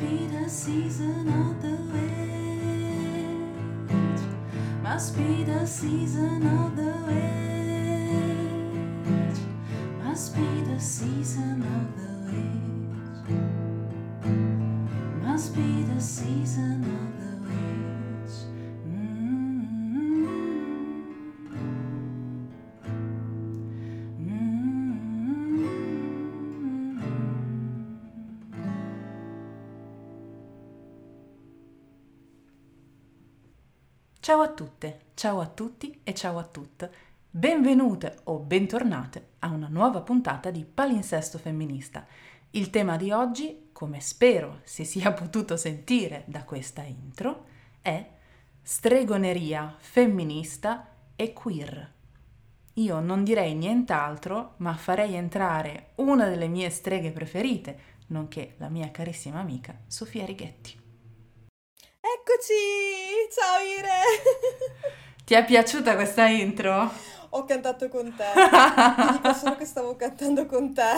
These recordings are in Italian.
be the season of the witch. Must be the season of the witch. Must be the season of the witch. Must be the season of the witch. Ciao a tutte, ciao a tutti e ciao a tutte. Benvenute o bentornate a una nuova puntata di Palinsesto Femminista. Il tema di oggi, come spero si sia potuto sentire da questa intro, è stregoneria femminista e queer. Io non direi nient'altro, ma farei entrare una delle mie streghe preferite, nonché la mia carissima amica Sofia Righetti. Eccoci! Ciao Ire! Ti è piaciuta questa intro? Ho cantato con te. Ti dico solo che stavo cantando con te.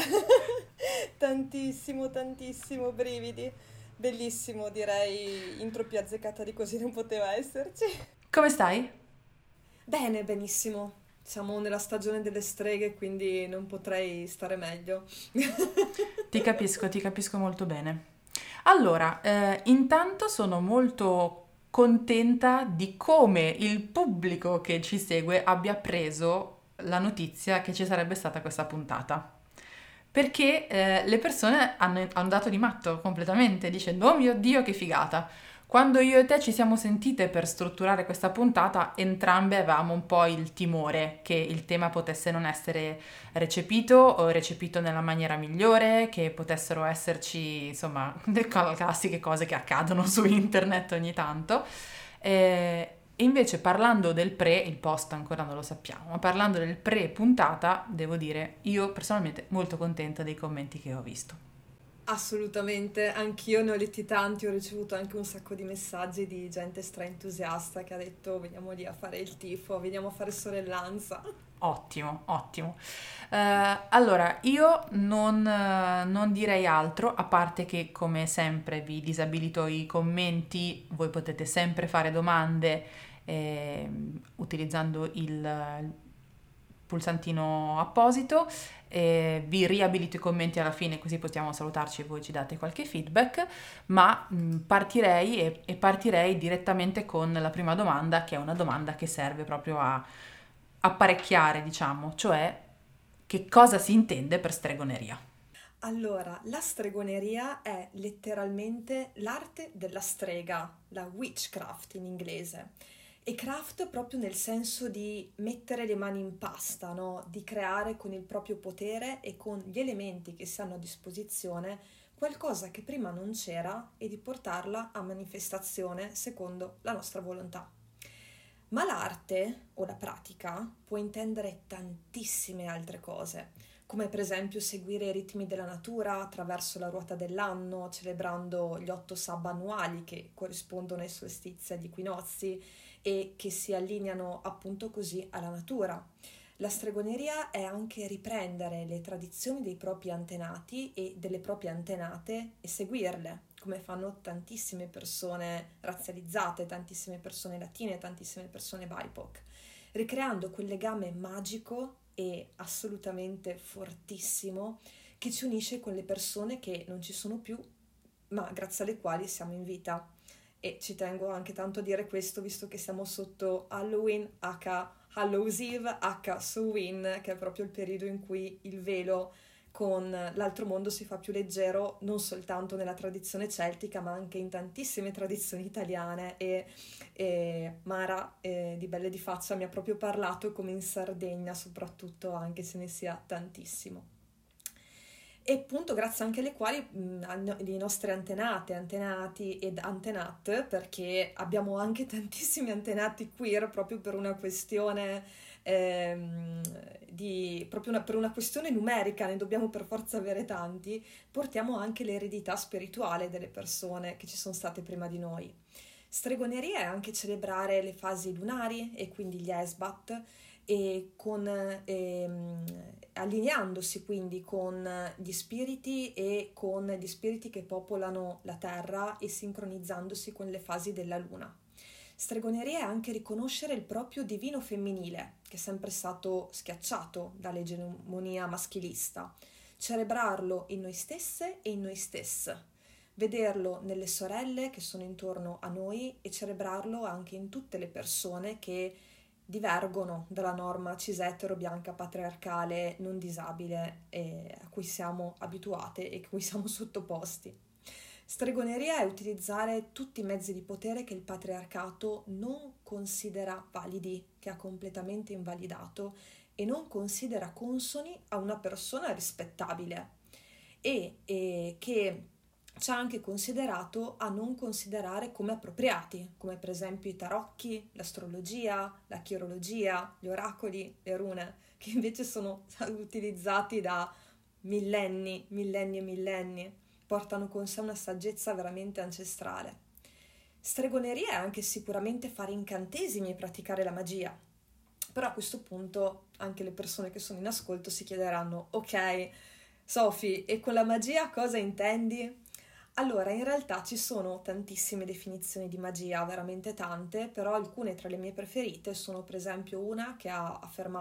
Tantissimo, tantissimo, brividi. Bellissimo, direi, intro più azzeccata di così non poteva esserci. Come stai? Bene, benissimo. Siamo nella stagione delle streghe, quindi non potrei stare meglio. Ti capisco molto bene. Allora, intanto sono molto contenta di come il pubblico che ci segue abbia preso la notizia che ci sarebbe stata questa puntata. Perché le persone hanno dato di matto completamente, dicendo: oh mio Dio, che figata! Quando io e te ci siamo sentite per strutturare questa puntata, entrambe avevamo un po' il timore che il tema potesse non essere recepito o recepito nella maniera migliore, che potessero esserci, insomma, le classiche cose che accadono su internet ogni tanto. E invece parlando del pre, il post ancora non lo sappiamo, ma parlando del pre-puntata, devo dire, io personalmente molto contenta dei commenti che ho visto. Assolutamente, anch'io ne ho letti tanti, ho ricevuto anche un sacco di messaggi di gente stra-entusiasta che ha detto veniamo lì a fare il tifo, veniamo a fare sorellanza. Ottimo, ottimo. Allora, io non direi altro, a parte che come sempre vi disabilito i commenti, voi potete sempre fare domande utilizzando il pulsantino apposito, vi riabilito i commenti alla fine così possiamo salutarci e voi ci date qualche feedback, ma partirei e partirei direttamente con la prima domanda, che è una domanda che serve proprio a apparecchiare, diciamo, cioè che cosa si intende per stregoneria? Allora, la stregoneria è letteralmente l'arte della strega, la witchcraft in inglese. E craft proprio nel senso di mettere le mani in pasta, no? Di creare con il proprio potere e con gli elementi che si hanno a disposizione qualcosa che prima non c'era e di portarla a manifestazione secondo la nostra volontà. Ma l'arte o la pratica può intendere tantissime altre cose, come per esempio seguire i ritmi della natura attraverso la ruota dell'anno, celebrando gli 8 sabba annuali che corrispondono ai solstizi e agli equinozi e che si allineano appunto così alla natura. La stregoneria è anche riprendere le tradizioni dei propri antenati e delle proprie antenate e seguirle, come fanno tantissime persone razzializzate, tantissime persone latine, tantissime persone BIPOC, ricreando quel legame magico e assolutamente fortissimo che ci unisce con le persone che non ci sono più, ma grazie alle quali siamo in vita. E ci tengo anche tanto a dire questo, visto che siamo sotto Halloween, H. Hallows Eve, H. Samhain, che è proprio il periodo in cui il velo con l'altro mondo si fa più leggero, non soltanto nella tradizione celtica, ma anche in tantissime tradizioni italiane. E Mara di Belle di Faccia mi ha proprio parlato come in Sardegna, soprattutto, anche se ne sia tantissimo. E appunto grazie anche alle quali i nostri antenate, antenati ed antenat, perché abbiamo anche tantissimi antenati queer proprio per una questione per una questione numerica, ne dobbiamo per forza avere tanti, portiamo anche l'eredità spirituale delle persone che ci sono state prima di noi. Stregoneria è anche celebrare le fasi lunari e quindi gli Esbat, e allineandosi quindi con gli spiriti e con gli spiriti che popolano la terra e sincronizzandosi con le fasi della luna. Stregoneria è anche riconoscere il proprio divino femminile, che è sempre stato schiacciato dall'egemonia maschilista, celebrarlo in noi stesse e in noi stesse, vederlo nelle sorelle che sono intorno a noi e celebrarlo anche in tutte le persone che divergono dalla norma cis-etero bianca patriarcale non disabile a cui siamo abituate e a cui siamo sottoposti. Stregoneria è utilizzare tutti i mezzi di potere che il patriarcato non considera validi, che ha completamente invalidato e non considera consoni a una persona rispettabile e che ci ha anche considerato a non considerare come appropriati, come per esempio i tarocchi, l'astrologia, la chirologia, gli oracoli, le rune, che invece sono utilizzati da millenni e millenni, portano con sé una saggezza veramente ancestrale. Stregoneria è anche sicuramente fare incantesimi e praticare la magia. Però a questo punto anche le persone che sono in ascolto si chiederanno: ok, Sofi, e con la magia cosa intendi? Allora, in realtà ci sono tantissime definizioni di magia, veramente tante, però alcune tra le mie preferite sono per esempio una che ha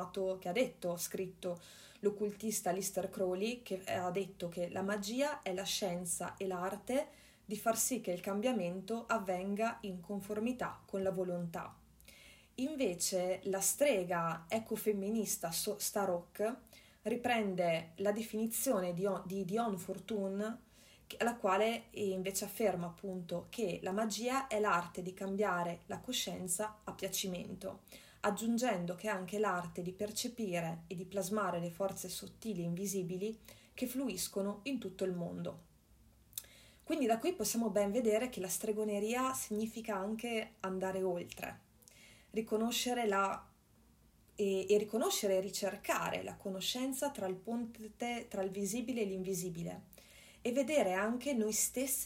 scritto l'occultista Aleister Crowley, che ha detto che la magia è la scienza e l'arte di far sì che il cambiamento avvenga in conformità con la volontà. Invece la strega ecofemminista Starhawk riprende la definizione di Dion Fortune, la quale invece afferma appunto che la magia è l'arte di cambiare la coscienza a piacimento, aggiungendo che è anche l'arte di percepire e di plasmare le forze sottili e invisibili che fluiscono in tutto il mondo. Quindi da qui possiamo ben vedere che la stregoneria significa anche andare oltre, riconoscere riconoscere e ricercare la conoscenza tra il ponte tra il visibile e l'invisibile e vedere anche noi stesse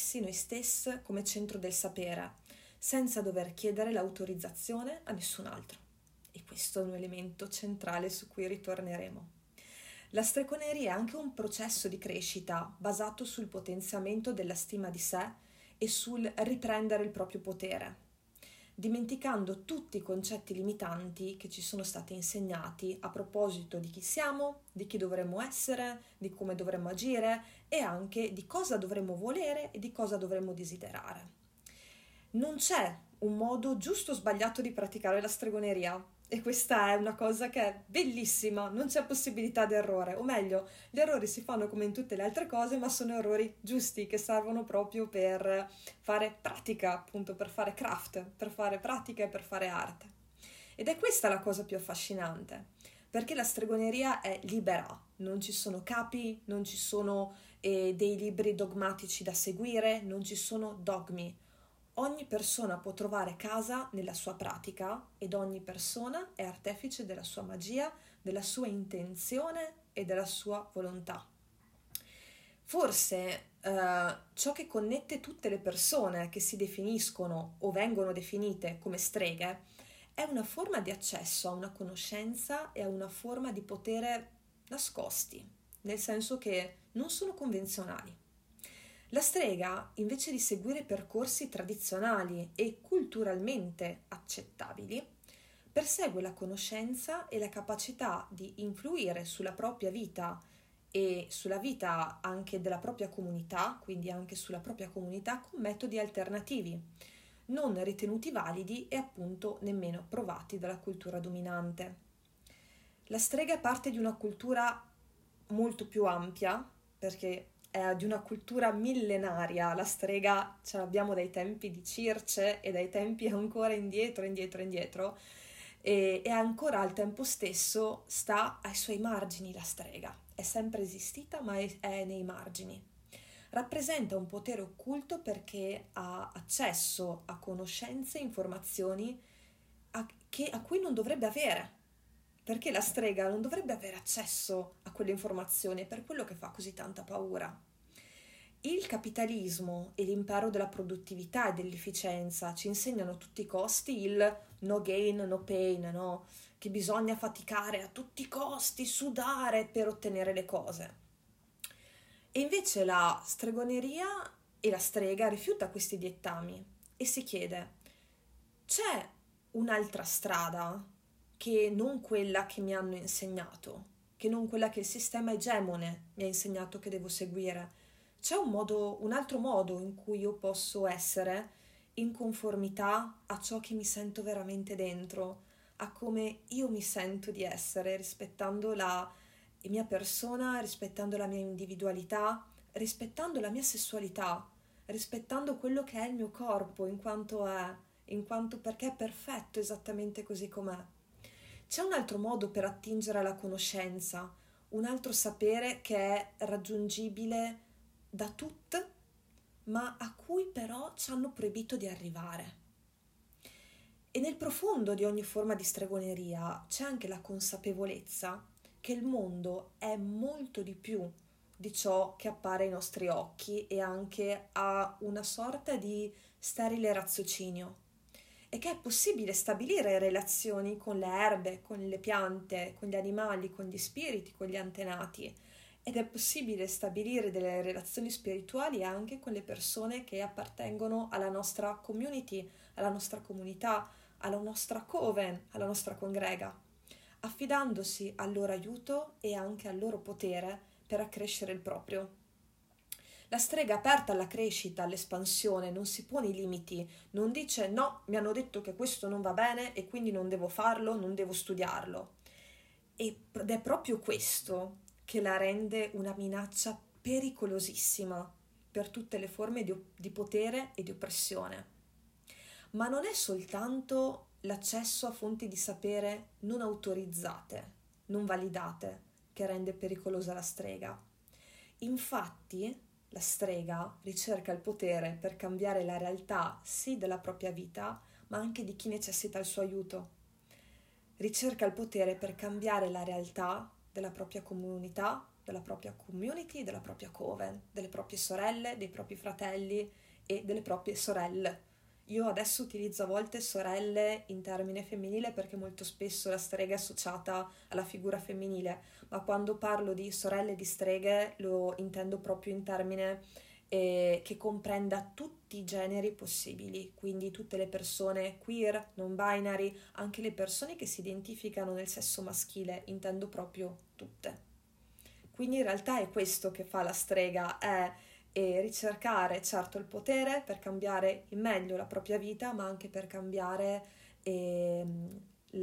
come centro del sapere, senza dover chiedere l'autorizzazione a nessun altro. E questo è un elemento centrale su cui ritorneremo. La stregoneria è anche un processo di crescita basato sul potenziamento della stima di sé e sul riprendere il proprio potere, dimenticando tutti i concetti limitanti che ci sono stati insegnati a proposito di chi siamo, di chi dovremmo essere, di come dovremmo agire e anche di cosa dovremmo volere e di cosa dovremmo desiderare. Non c'è un modo giusto o sbagliato di praticare la stregoneria e questa è una cosa che è bellissima, non c'è possibilità di errore, o meglio, gli errori si fanno come in tutte le altre cose, ma sono errori giusti che servono proprio per fare pratica, appunto per fare craft, per fare pratica e per fare arte. Ed è questa la cosa più affascinante, perché la stregoneria è libera, non ci sono capi, non ci sono dei libri dogmatici da seguire, non ci sono dogmi. Ogni persona può trovare casa nella sua pratica ed ogni persona è artefice della sua magia, della sua intenzione e della sua volontà. Forse ciò che connette tutte le persone che si definiscono o vengono definite come streghe è una forma di accesso a una conoscenza e a una forma di potere nascosti, nel senso che non sono convenzionali. La strega, invece di seguire percorsi tradizionali e culturalmente accettabili, persegue la conoscenza e la capacità di influire sulla propria vita e sulla vita anche della propria comunità, quindi anche sulla propria comunità con metodi alternativi, non ritenuti validi e appunto nemmeno provati dalla cultura dominante. La strega è parte di una cultura molto più ampia, perché è di una cultura millenaria. La strega ce l'abbiamo dai tempi di Circe e dai tempi ancora indietro, e ancora al tempo stesso sta ai suoi margini la strega. È sempre esistita, ma è nei margini. Rappresenta un potere occulto perché ha accesso a conoscenze e informazioni a cui non dovrebbe avere, perché la strega non dovrebbe avere accesso a quelle informazioni, è per quello che fa così tanta paura. Il capitalismo e l'impero della produttività e dell'efficienza ci insegnano a tutti i costi il no gain, no pain, no? che bisogna faticare a tutti i costi, sudare per ottenere le cose. E invece la stregoneria e la strega rifiuta questi dettami e si chiede: c'è un'altra strada che non quella che mi hanno insegnato, che non quella che il sistema egemone mi ha insegnato che devo seguire? C'è un altro modo in cui io posso essere in conformità a ciò che mi sento veramente dentro, a come io mi sento di essere, rispettando la mia persona, rispettando la mia individualità, rispettando la mia sessualità, rispettando quello che è il mio corpo, in quanto perché è perfetto esattamente così com'è. C'è un altro modo per attingere alla conoscenza, un altro sapere che è raggiungibile da tutti, ma a cui però ci hanno proibito di arrivare. E nel profondo di ogni forma di stregoneria c'è anche la consapevolezza che il mondo è molto di più di ciò che appare ai nostri occhi e anche ha una sorta di sterile raziocinio, e che è possibile stabilire relazioni con le erbe, con le piante, con gli animali, con gli spiriti, con gli antenati, ed è possibile stabilire delle relazioni spirituali anche con le persone che appartengono alla nostra community, alla nostra comunità, alla nostra coven, alla nostra congrega, affidandosi al loro aiuto e anche al loro potere per accrescere il proprio. La strega è aperta alla crescita, all'espansione, non si pone i limiti, non dice no, mi hanno detto che questo non va bene e quindi non devo farlo, non devo studiarlo. Ed è proprio questo che la rende una minaccia pericolosissima per tutte le forme di potere e di oppressione. Ma non è soltanto l'accesso a fonti di sapere non autorizzate, non validate, che rende pericolosa la strega. Infatti, la strega ricerca il potere per cambiare la realtà sì della propria vita, ma anche di chi necessita il suo aiuto. Ricerca il potere per cambiare la realtà della propria comunità, della propria community, della propria coven, delle proprie sorelle, dei propri fratelli e delle proprie sorelle. Io adesso utilizzo a volte sorelle in termine femminile perché molto spesso la strega è associata alla figura femminile, ma quando parlo di sorelle di streghe lo intendo proprio in termine che comprenda tutti i generi possibili, quindi tutte le persone queer, non binary, anche le persone che si identificano nel sesso maschile, intendo proprio tutte. Quindi in realtà è questo che fa la strega, è ricercare certo il potere per cambiare in meglio la propria vita, ma anche per cambiare in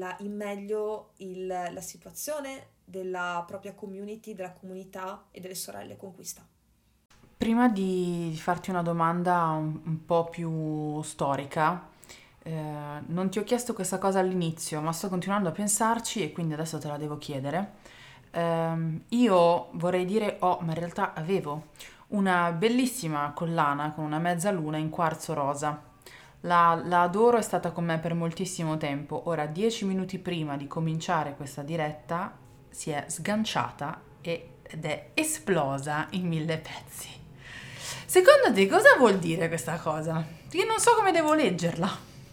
meglio la situazione della propria community, della comunità e delle sorelle con cui sta. Prima di farti una domanda un po' più storica, non ti ho chiesto questa cosa all'inizio, ma sto continuando a pensarci e quindi adesso te la devo chiedere. Io vorrei dire ma in realtà avevo una bellissima collana con una mezzaluna in quarzo rosa. La adoro, è stata con me per moltissimo tempo. Ora, 10 minuti prima di cominciare questa diretta, si è sganciata ed è esplosa in 1000 pezzi. Secondo te cosa vuol dire questa cosa? Io non so come devo leggerla.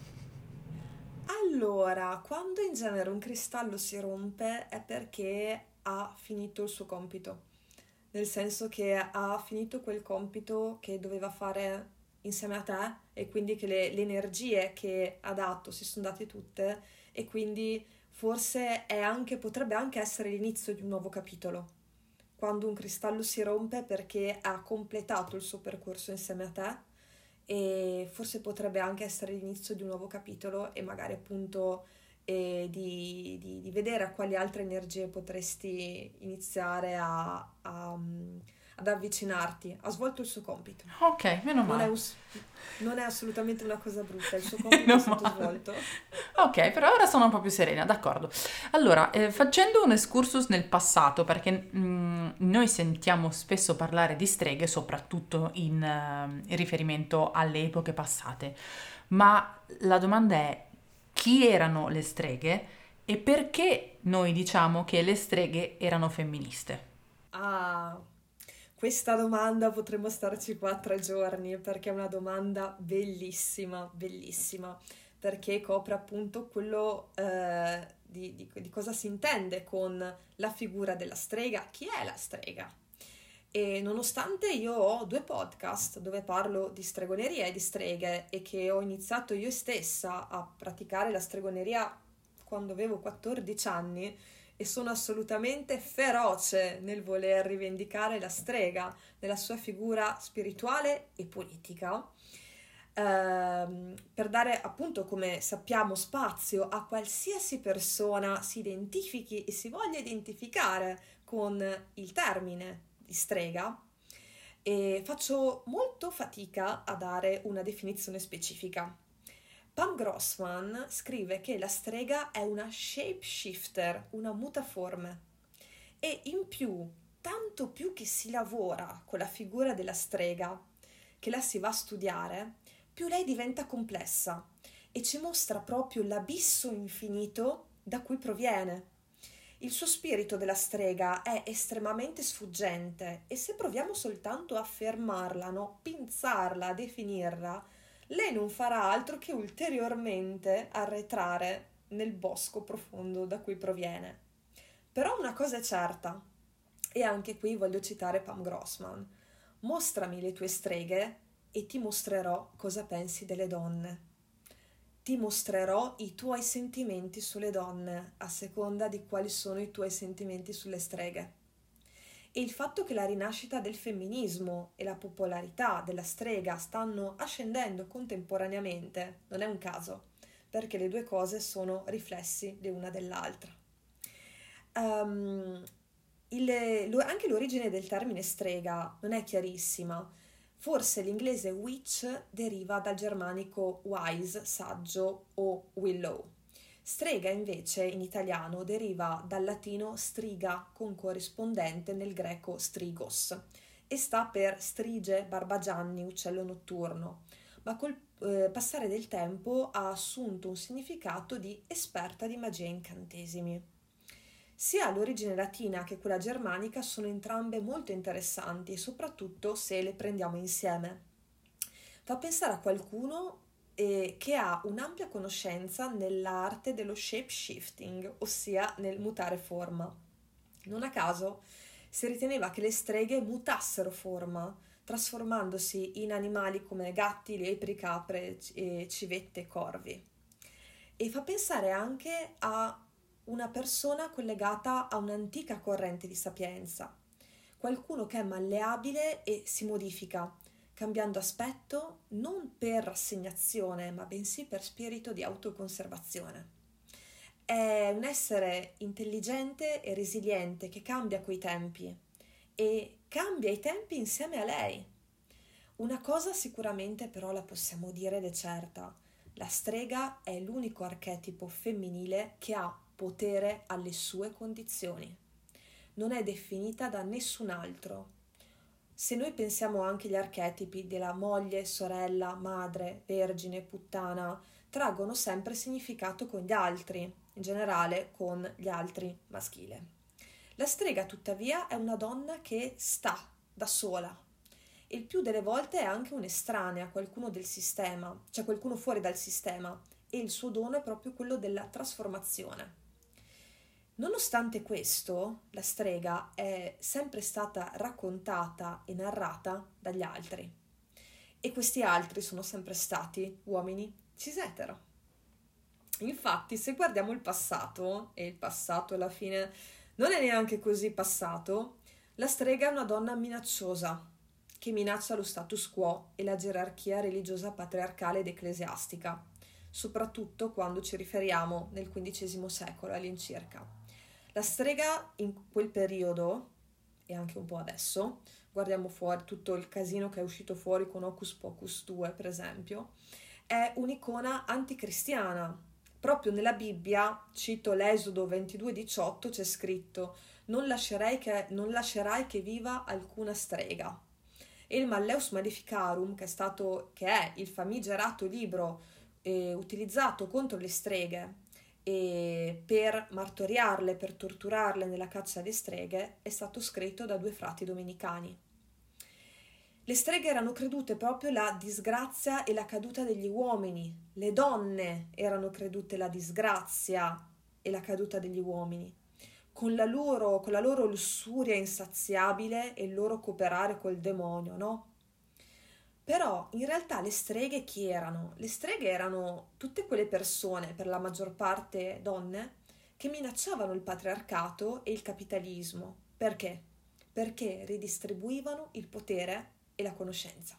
Allora, quando in genere un cristallo si rompe è perché ha finito il suo compito, nel senso che ha finito quel compito che doveva fare insieme a te e quindi che le energie che ha dato si sono date tutte e quindi forse potrebbe anche essere l'inizio di un nuovo capitolo. Quando un cristallo si rompe perché ha completato il suo percorso insieme a te e forse potrebbe anche essere l'inizio di un nuovo capitolo e magari appunto di vedere a quali altre energie potresti iniziare ad avvicinarti. Ha svolto il suo compito. Ok, meno male. Non è assolutamente una cosa brutta, il suo compito è stato svolto. Ok, però ora sono un po' più serena, d'accordo. Allora, facendo un excursus nel passato, perché noi sentiamo spesso parlare di streghe, soprattutto in riferimento alle epoche passate, ma la domanda è chi erano le streghe e perché noi diciamo che le streghe erano femministe? Ah, questa domanda potremmo starci qua 3 giorni perché è una domanda bellissima, bellissima, perché copre appunto quello di cosa si intende con la figura della strega, chi è la strega. E nonostante io ho 2 podcast dove parlo di stregoneria e di streghe e che ho iniziato io stessa a praticare la stregoneria quando avevo 14 anni e sono assolutamente feroce nel voler rivendicare la strega nella sua figura spirituale e politica, per dare appunto, come sappiamo, spazio a qualsiasi persona si identifichi e si voglia identificare con il termine di strega, e faccio molto fatica a dare una definizione specifica. Pam Grossman scrive che la strega è una shapeshifter, una mutaforme, e in più, tanto più che si lavora con la figura della strega, che la si va a studiare, più lei diventa complessa e ci mostra proprio l'abisso infinito da cui proviene. Il suo spirito della strega è estremamente sfuggente e se proviamo soltanto a fermarla, no? Pinzarla, a definirla, lei non farà altro che ulteriormente arretrare nel bosco profondo da cui proviene. Però una cosa è certa, e anche qui voglio citare Pam Grossman: mostrami le tue streghe e ti mostrerò cosa pensi delle donne. Ti mostrerò i tuoi sentimenti sulle donne, a seconda di quali sono i tuoi sentimenti sulle streghe. E il fatto che la rinascita del femminismo e la popolarità della strega stanno ascendendo contemporaneamente non è un caso, perché le 2 cose sono riflessi l'una dell'altra. Anche l'origine del termine strega non è chiarissima. Forse l'inglese witch deriva dal germanico wise, saggio, o willow. Strega invece in italiano deriva dal latino striga, con corrispondente nel greco strigos, e sta per strige, barbagianni, uccello notturno, ma col passare del tempo ha assunto un significato di esperta di magia e incantesimi. Sia l'origine latina che quella germanica sono entrambe molto interessanti, soprattutto se le prendiamo insieme. Fa pensare a qualcuno che ha un'ampia conoscenza nell'arte dello shape-shifting, ossia nel mutare forma. Non a caso si riteneva che le streghe mutassero forma, trasformandosi in animali come gatti, lepri, capre, civette, corvi. E fa pensare anche a una persona collegata a un'antica corrente di sapienza, qualcuno che è malleabile e si modifica, cambiando aspetto non per rassegnazione, ma bensì per spirito di autoconservazione. È un essere intelligente e resiliente che cambia coi tempi e cambia i tempi insieme a lei. Una cosa sicuramente però la possiamo dire ed è certa: la strega è l'unico archetipo femminile che ha potere alle sue condizioni. Non è definita da nessun altro. Se noi pensiamo anche agli archetipi della moglie, sorella, madre, vergine, puttana, traggono sempre significato con gli altri, in generale con gli altri maschile. La strega, tuttavia, è una donna che sta da sola. Il più delle volte è anche un'estranea, qualcuno del sistema, cioè qualcuno fuori dal sistema, e il suo dono è proprio quello della trasformazione. Nonostante questo, la strega è sempre stata raccontata e narrata dagli altri. E questi altri sono sempre stati uomini cis-etero. Infatti, se guardiamo il passato, e il passato alla fine non è neanche così passato, la strega è una donna minacciosa, che minaccia lo status quo e la gerarchia religiosa patriarcale ed ecclesiastica, soprattutto quando ci riferiamo nel XV secolo all'incirca. La strega in quel periodo, e anche un po' adesso, guardiamo fuori tutto il casino che è uscito fuori con Hocus Pocus 2, per esempio, è un'icona anticristiana. Proprio nella Bibbia, cito l'Esodo 22:18, c'è scritto: non lascerai che viva alcuna strega. E il Malleus Maleficarum, che è il famigerato libro utilizzato contro le streghe e per martoriarle, per torturarle nella caccia alle streghe, è stato scritto da 2 frati domenicani. Le streghe erano credute proprio la disgrazia e la caduta degli uomini, le donne erano credute la disgrazia e la caduta degli uomini, con la loro lussuria insaziabile e il loro cooperare col demonio, no? Però in realtà le streghe chi erano? Le streghe erano tutte quelle persone, per la maggior parte donne, che minacciavano il patriarcato e il capitalismo. Perché? Perché ridistribuivano il potere e la conoscenza.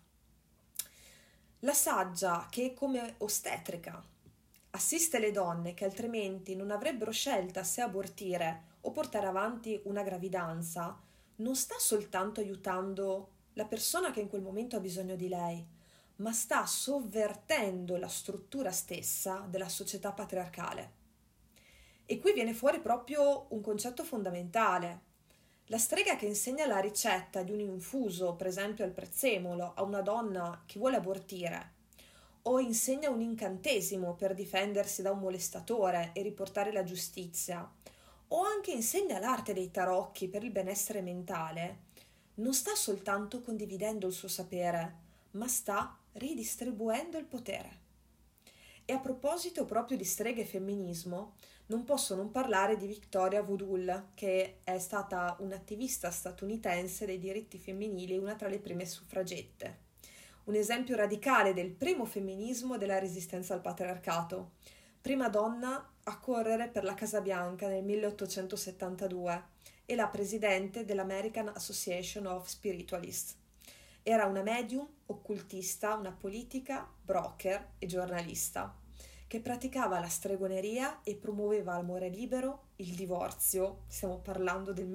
La saggia, che come ostetrica assiste le donne che altrimenti non avrebbero scelta se abortire o portare avanti una gravidanza, non sta soltanto aiutando la persona che in quel momento ha bisogno di lei, ma sta sovvertendo la struttura stessa della società patriarcale. E qui viene fuori proprio un concetto fondamentale. La strega che insegna la ricetta di un infuso, per esempio al prezzemolo, a una donna che vuole abortire, o insegna un incantesimo per difendersi da un molestatore e riportare la giustizia, o anche insegna l'arte dei tarocchi per il benessere mentale, non sta soltanto condividendo il suo sapere, ma sta ridistribuendo il potere. E a proposito proprio di streghe e femminismo, non posso non parlare di Victoria Woodhull, che è stata un'attivista statunitense dei diritti femminili e una tra le prime suffragette. Un esempio radicale del primo femminismo e della resistenza al patriarcato. Prima donna a correre per la Casa Bianca nel 1872 e la presidente dell'American Association of Spiritualists. Era una medium, occultista, una politica, broker e giornalista che praticava la stregoneria e promuoveva l'amore libero, il divorzio, stiamo parlando del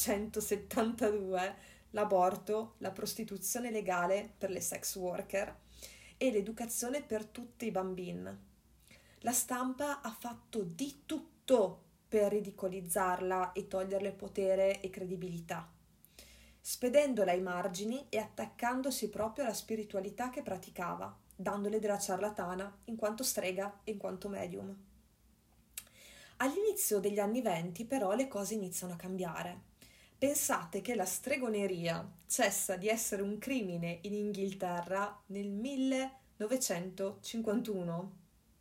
1872, l'aborto, la prostituzione legale per le sex worker e l'educazione per tutti i bambini. La stampa ha fatto di tutto per ridicolizzarla e toglierle potere e credibilità, spedendola ai margini e attaccandosi proprio alla spiritualità che praticava, dandole della ciarlatana in quanto strega e in quanto medium. All'inizio degli anni '20 però le cose iniziano a cambiare. Pensate che la stregoneria cessa di essere un crimine in Inghilterra nel 1951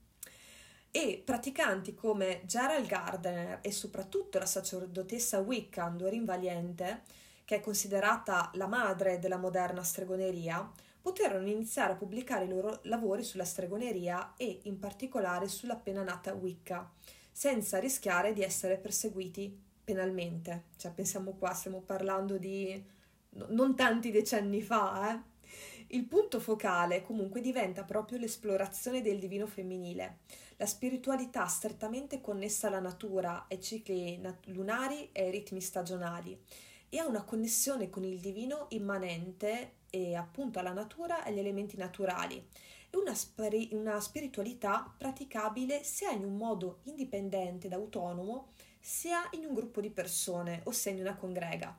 e praticanti come Gerald Gardner e soprattutto la sacerdotessa Wiccan Doreen Valiente, che è considerata la madre della moderna stregoneria, poterono iniziare a pubblicare i loro lavori sulla stregoneria e in particolare sull'appena nata Wicca, senza rischiare di essere perseguiti penalmente. Cioè, pensiamo qua, stiamo parlando di non tanti decenni fa, Il punto focale comunque diventa proprio l'esplorazione del divino femminile, la spiritualità strettamente connessa alla natura, ai cicli lunari e ai ritmi stagionali, e ha una connessione con il divino immanente e appunto alla natura e agli elementi naturali, e una spiritualità praticabile sia in un modo indipendente ed autonomo, sia in un gruppo di persone, ossia in una congrega.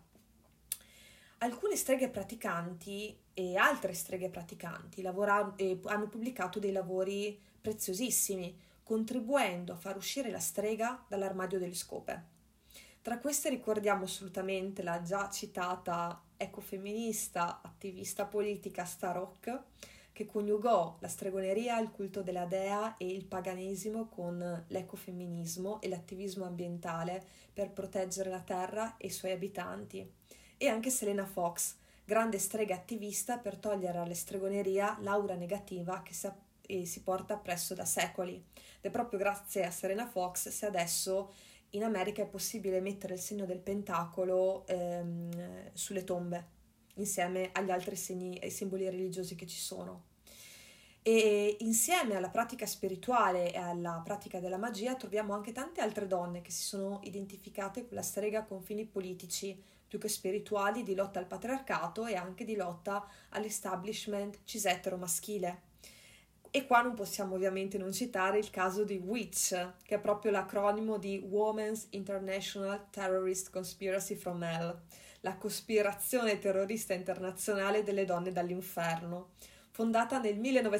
Alcune streghe praticanti e altre streghe praticanti hanno pubblicato dei lavori preziosissimi, contribuendo a far uscire la strega dall'armadio delle scope. Tra queste ricordiamo assolutamente la già citata ecofemminista, attivista politica Starhawk, che coniugò la stregoneria, il culto della dea e il paganesimo con l'ecofemminismo e l'attivismo ambientale per proteggere la terra e i suoi abitanti. E anche Selena Fox, grande strega attivista per togliere alla stregoneria l'aura negativa che si porta appresso da secoli. Ed è proprio grazie a Selena Fox se adesso in America è possibile mettere il segno del pentacolo sulle tombe, insieme agli altri segni e simboli religiosi che ci sono. E insieme alla pratica spirituale e alla pratica della magia troviamo anche tante altre donne che si sono identificate con la strega con fini politici più che spirituali, di lotta al patriarcato e anche di lotta all'establishment cis-etero maschile. E qua non possiamo ovviamente non citare il caso di WITCH, che è proprio l'acronimo di Women's International Terrorist Conspiracy from Hell, la cospirazione terrorista internazionale delle donne dall'inferno, fondata nel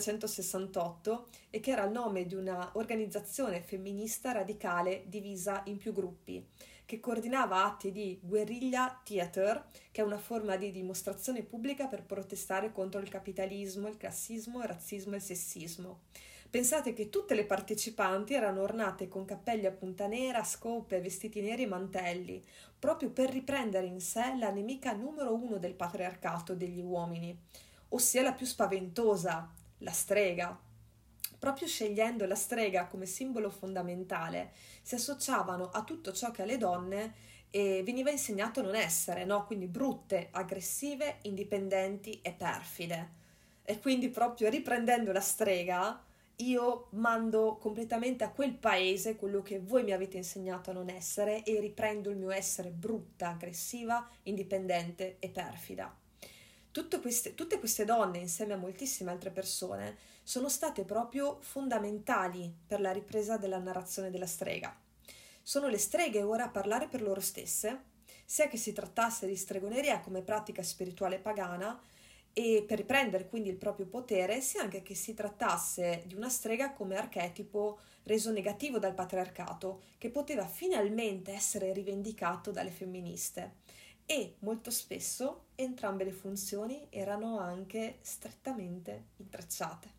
1968 e che era il nome di una organizzazione femminista radicale divisa in più gruppi, che coordinava atti di guerriglia theater, che è una forma di dimostrazione pubblica per protestare contro il capitalismo, il classismo, il razzismo e il sessismo, Pensate che tutte le partecipanti erano ornate con cappelli a punta nera, scope, vestiti neri e mantelli, proprio per riprendere in sé la nemica numero uno del patriarcato degli uomini, ossia la più spaventosa, la strega. Proprio scegliendo la strega come simbolo fondamentale, si associavano a tutto ciò che alle donne veniva insegnato non essere, no? Quindi brutte, aggressive, indipendenti e perfide. E quindi proprio riprendendo la strega, io mando completamente a quel paese quello che voi mi avete insegnato a non essere e riprendo il mio essere brutta, aggressiva, indipendente e perfida. Tutte queste donne, insieme a moltissime altre persone, sono state proprio fondamentali per la ripresa della narrazione della strega. Sono le streghe ora a parlare per loro stesse, sia che si trattasse di stregoneria come pratica spirituale pagana e per riprendere quindi il proprio potere, sia anche che si trattasse di una strega come archetipo reso negativo dal patriarcato, che poteva finalmente essere rivendicato dalle femministe. E molto spesso entrambe le funzioni erano anche strettamente intrecciate.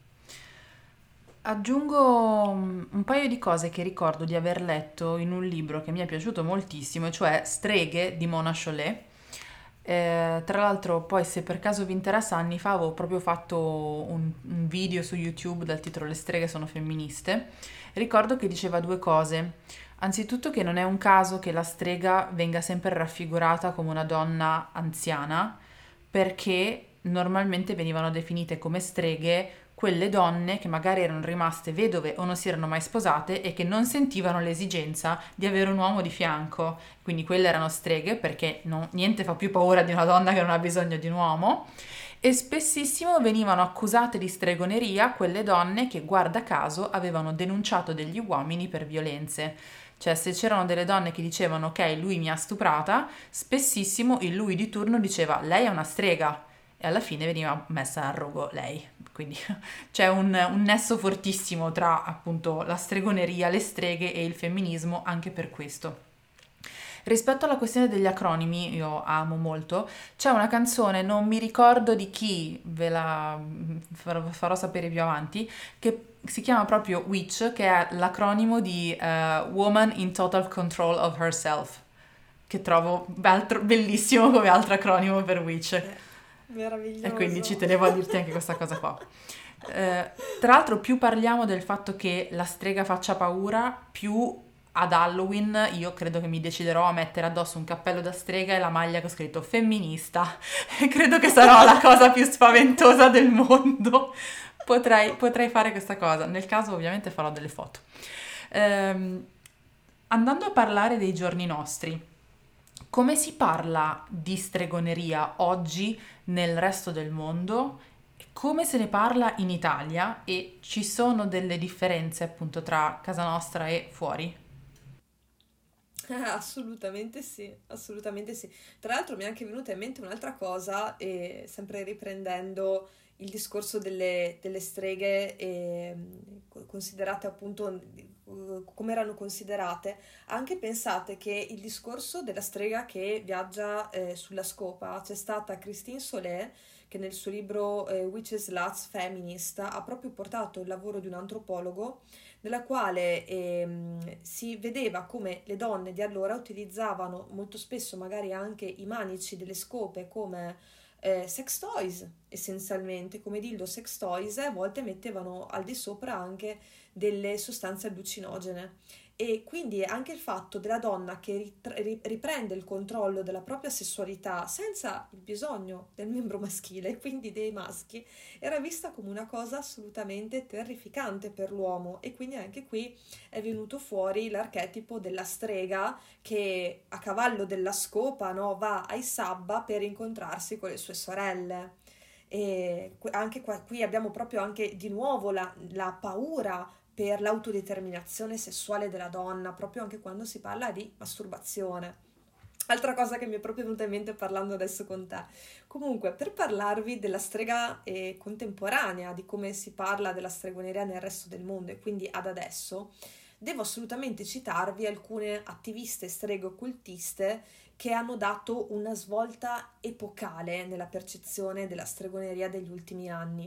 Aggiungo un paio di cose che ricordo di aver letto in un libro che mi è piaciuto moltissimo, cioè Streghe di Mona Chollet. Tra l'altro, poi, se per caso vi interessa, anni fa avevo proprio fatto un video su YouTube dal titolo Le streghe sono femministe. Ricordo che diceva due cose. Anzitutto che non è un caso che la strega venga sempre raffigurata come una donna anziana, perché normalmente venivano definite come streghe quelle donne che magari erano rimaste vedove o non si erano mai sposate e che non sentivano l'esigenza di avere un uomo di fianco. Quindi quelle erano streghe, perché niente fa più paura di una donna che non ha bisogno di un uomo. E spessissimo venivano accusate di stregoneria quelle donne che, guarda caso, avevano denunciato degli uomini per violenze. Cioè, se c'erano delle donne che dicevano ok, lui mi ha stuprata, spessissimo il lui di turno diceva lei è una strega, e alla fine veniva messa a rogo lei. Quindi c'è un nesso fortissimo tra appunto la stregoneria, le streghe e il femminismo anche per questo. Rispetto alla questione degli acronimi, io amo molto, c'è una canzone, non mi ricordo di chi, ve la farò sapere più avanti, che si chiama proprio WITCH, che è l'acronimo di Woman in Total Control of Herself, che trovo bellissimo come altro acronimo per WITCH. Meraviglioso. E quindi ci tenevo a dirti anche questa cosa qua. Tra l'altro, più parliamo del fatto che la strega faccia paura, più ad Halloween io credo che mi deciderò a mettere addosso un cappello da strega e la maglia che ho scritto femminista. E credo che sarò la cosa più spaventosa del mondo. Potrei fare questa cosa. Nel caso, ovviamente, farò delle foto. Andando a parlare dei giorni nostri, come si parla di stregoneria oggi nel resto del mondo? Come se ne parla in Italia? E ci sono delle differenze appunto tra casa nostra e fuori? Assolutamente sì, assolutamente sì. Tra l'altro mi è anche venuta in mente un'altra cosa, e sempre riprendendo il discorso delle streghe, considerate appunto come erano considerate, anche pensate che il discorso della strega che viaggia sulla scopa, c'è stata Christine Solé che nel suo libro Witches, Sluts, Feminist ha proprio portato il lavoro di un antropologo nella quale si vedeva come le donne di allora utilizzavano molto spesso magari anche i manici delle scope come sex toys, essenzialmente come dildo sex toys, e a volte mettevano al di sopra anche delle sostanze allucinogene. E quindi anche il fatto della donna che riprende il controllo della propria sessualità senza il bisogno del membro maschile, quindi dei maschi, era vista come una cosa assolutamente terrificante per l'uomo. E quindi anche qui è venuto fuori l'archetipo della strega che a cavallo della scopa, no, va ai sabba per incontrarsi con le sue sorelle. E anche qui abbiamo proprio anche di nuovo la paura per l'autodeterminazione sessuale della donna, proprio anche quando si parla di masturbazione. Altra cosa che mi è proprio venuta in mente parlando adesso con te. Comunque, per parlarvi della strega contemporanea, di come si parla della stregoneria nel resto del mondo e quindi ad adesso, devo assolutamente citarvi alcune attiviste streghe occultiste che hanno dato una svolta epocale nella percezione della stregoneria degli ultimi anni.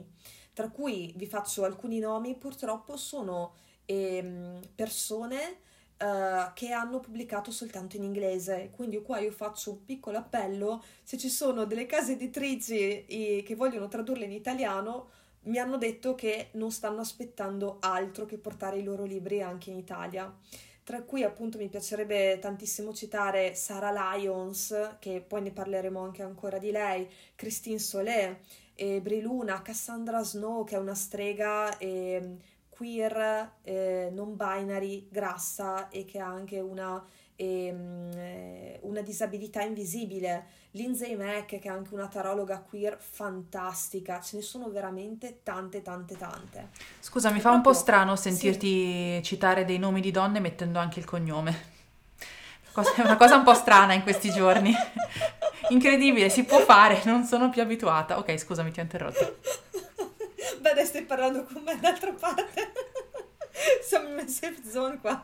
tra cui vi faccio alcuni nomi, purtroppo sono persone che hanno pubblicato soltanto in inglese, quindi qua io faccio un piccolo appello: se ci sono delle case editrici che vogliono tradurle in italiano, mi hanno detto che non stanno aspettando altro che portare i loro libri anche in Italia. Tra cui appunto mi piacerebbe tantissimo citare Sarah Lyons, che poi ne parleremo anche ancora di lei, Christine Solé, Brie Luna, Cassandra Snow, che è una strega queer, non binary, grassa, e che ha anche una disabilità invisibile. Lindsay Mack, che è anche una tarologa queer fantastica. Ce ne sono veramente tante, tante, tante. Scusa, mi È fa un po' proprio, strano sì, sentirti citare dei nomi di donne mettendo anche il cognome. È una cosa un po' strana in questi giorni. Incredibile, si può fare, non sono più abituata. Ok, scusami, ti ho interrotto. Beh, adesso stai parlando con me d'altra parte. Siamo in safe zone qua.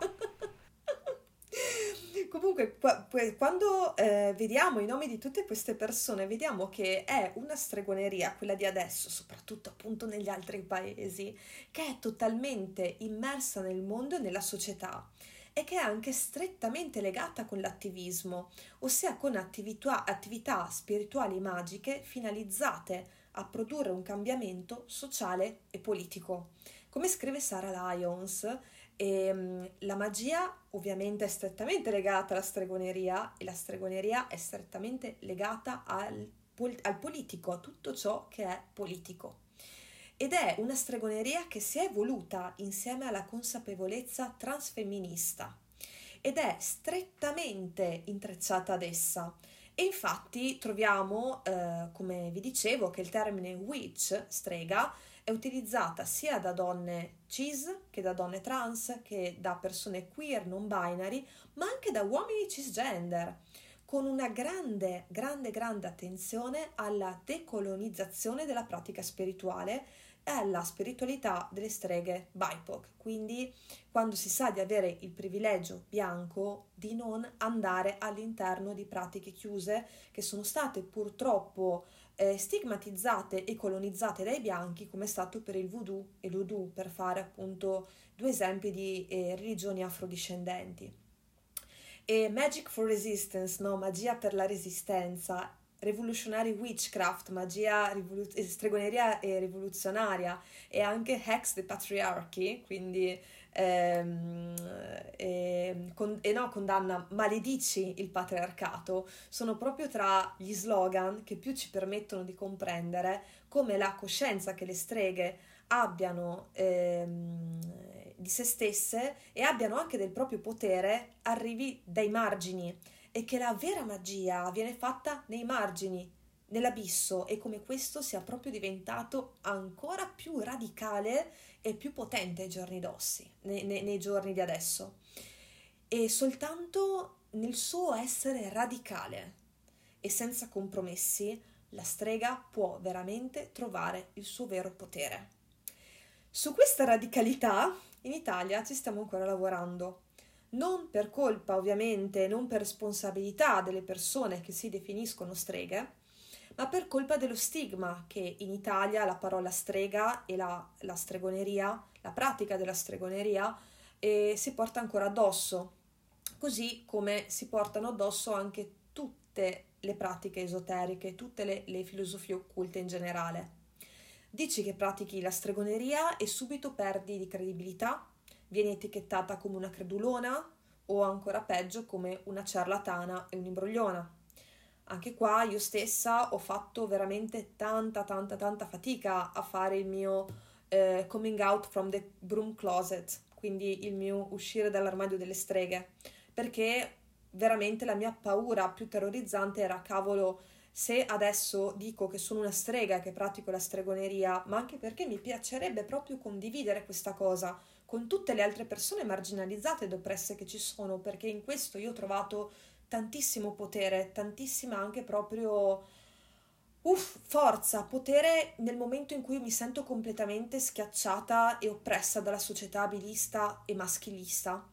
Comunque, quando vediamo i nomi di tutte queste persone, vediamo che è una stregoneria, quella di adesso, soprattutto appunto negli altri paesi, che è totalmente immersa nel mondo e nella società, e che è anche strettamente legata con l'attivismo, ossia con attività spirituali magiche finalizzate a produrre un cambiamento sociale e politico. Come scrive Sarah Lyons, la magia ovviamente è strettamente legata alla stregoneria, e la stregoneria è strettamente legata al politico, a tutto ciò che è politico. Ed è una stregoneria che si è evoluta insieme alla consapevolezza transfemminista ed è strettamente intrecciata ad essa. E infatti troviamo, come vi dicevo, che il termine witch, strega, è utilizzata sia da donne cis, che da donne trans, che da persone queer non binary, ma anche da uomini cisgender, con una grande, grande, grande attenzione alla decolonizzazione della pratica spirituale e alla spiritualità delle streghe BIPOC. Quindi quando si sa di avere il privilegio bianco di non andare all'interno di pratiche chiuse che sono state purtroppo stigmatizzate e colonizzate dai bianchi, come è stato per il voodoo e l'Oudou, per fare appunto due esempi di religioni afrodiscendenti. E Magic for Resistance, no? Magia per la resistenza, Revolutionary Witchcraft, magia stregoneria rivoluzionaria, e anche Hex the Patriarchy, quindi condanna, maledici il patriarcato, sono proprio tra gli slogan che più ci permettono di comprendere come la coscienza che le streghe abbiano di se stesse e abbiano anche del proprio potere arrivi dai margini, e che la vera magia viene fatta nei margini, nell'abisso, e come questo sia proprio diventato ancora più radicale e più potente ai giorni d'ossi, nei giorni di adesso. E soltanto nel suo essere radicale e senza compromessi, la strega può veramente trovare il suo vero potere. Su questa radicalità in Italia ci stiamo ancora lavorando. Non per colpa, ovviamente, non per responsabilità delle persone che si definiscono streghe, ma per colpa dello stigma che in Italia la parola strega e la stregoneria, la pratica della stregoneria, si porta ancora addosso, così come si portano addosso anche tutte le pratiche esoteriche, tutte le filosofie occulte in generale. Dici che pratichi la stregoneria e subito perdi di credibilità, viene etichettata come una credulona o ancora peggio come una ciarlatana e un'imbrogliona. Anche qua io stessa ho fatto veramente tanta fatica a fare il mio coming out from the broom closet, quindi il mio uscire dall'armadio delle streghe, perché veramente la mia paura più terrorizzante era: cavolo, se adesso dico che sono una strega, che pratico la stregoneria, ma anche perché mi piacerebbe proprio condividere questa cosa con tutte le altre persone marginalizzate ed oppresse che ci sono, perché in questo io ho trovato tantissimo potere, tantissima anche proprio forza, potere nel momento in cui mi sento completamente schiacciata e oppressa dalla società abilista e maschilista.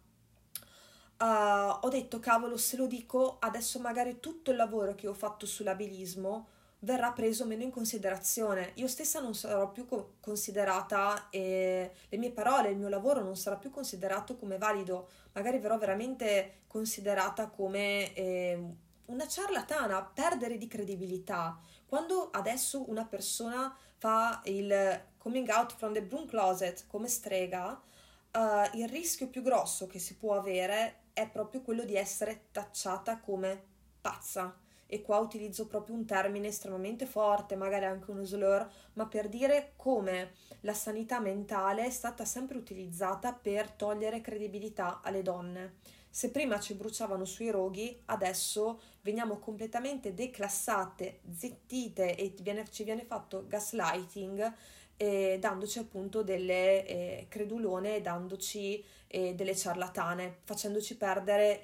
Ho detto, cavolo, se lo dico adesso magari tutto il lavoro che ho fatto sull'abilismo verrà preso meno in considerazione. Io stessa non sarò più considerata, le mie parole, il mio lavoro non sarà più considerato come valido, magari verrò veramente considerata come una ciarlatana, perdere di credibilità. Quando adesso una persona fa il coming out from the broom closet come strega, il rischio più grosso che si può avere è proprio quello di essere tacciata come pazza. E qua utilizzo proprio un termine estremamente forte, magari anche uno slur, ma per dire come la sanità mentale è stata sempre utilizzata per togliere credibilità alle donne. Se prima ci bruciavano sui roghi, adesso veniamo completamente declassate, zittite e ci viene fatto gaslighting, dandoci appunto delle credulone, dandoci delle ciarlatane, facendoci perdere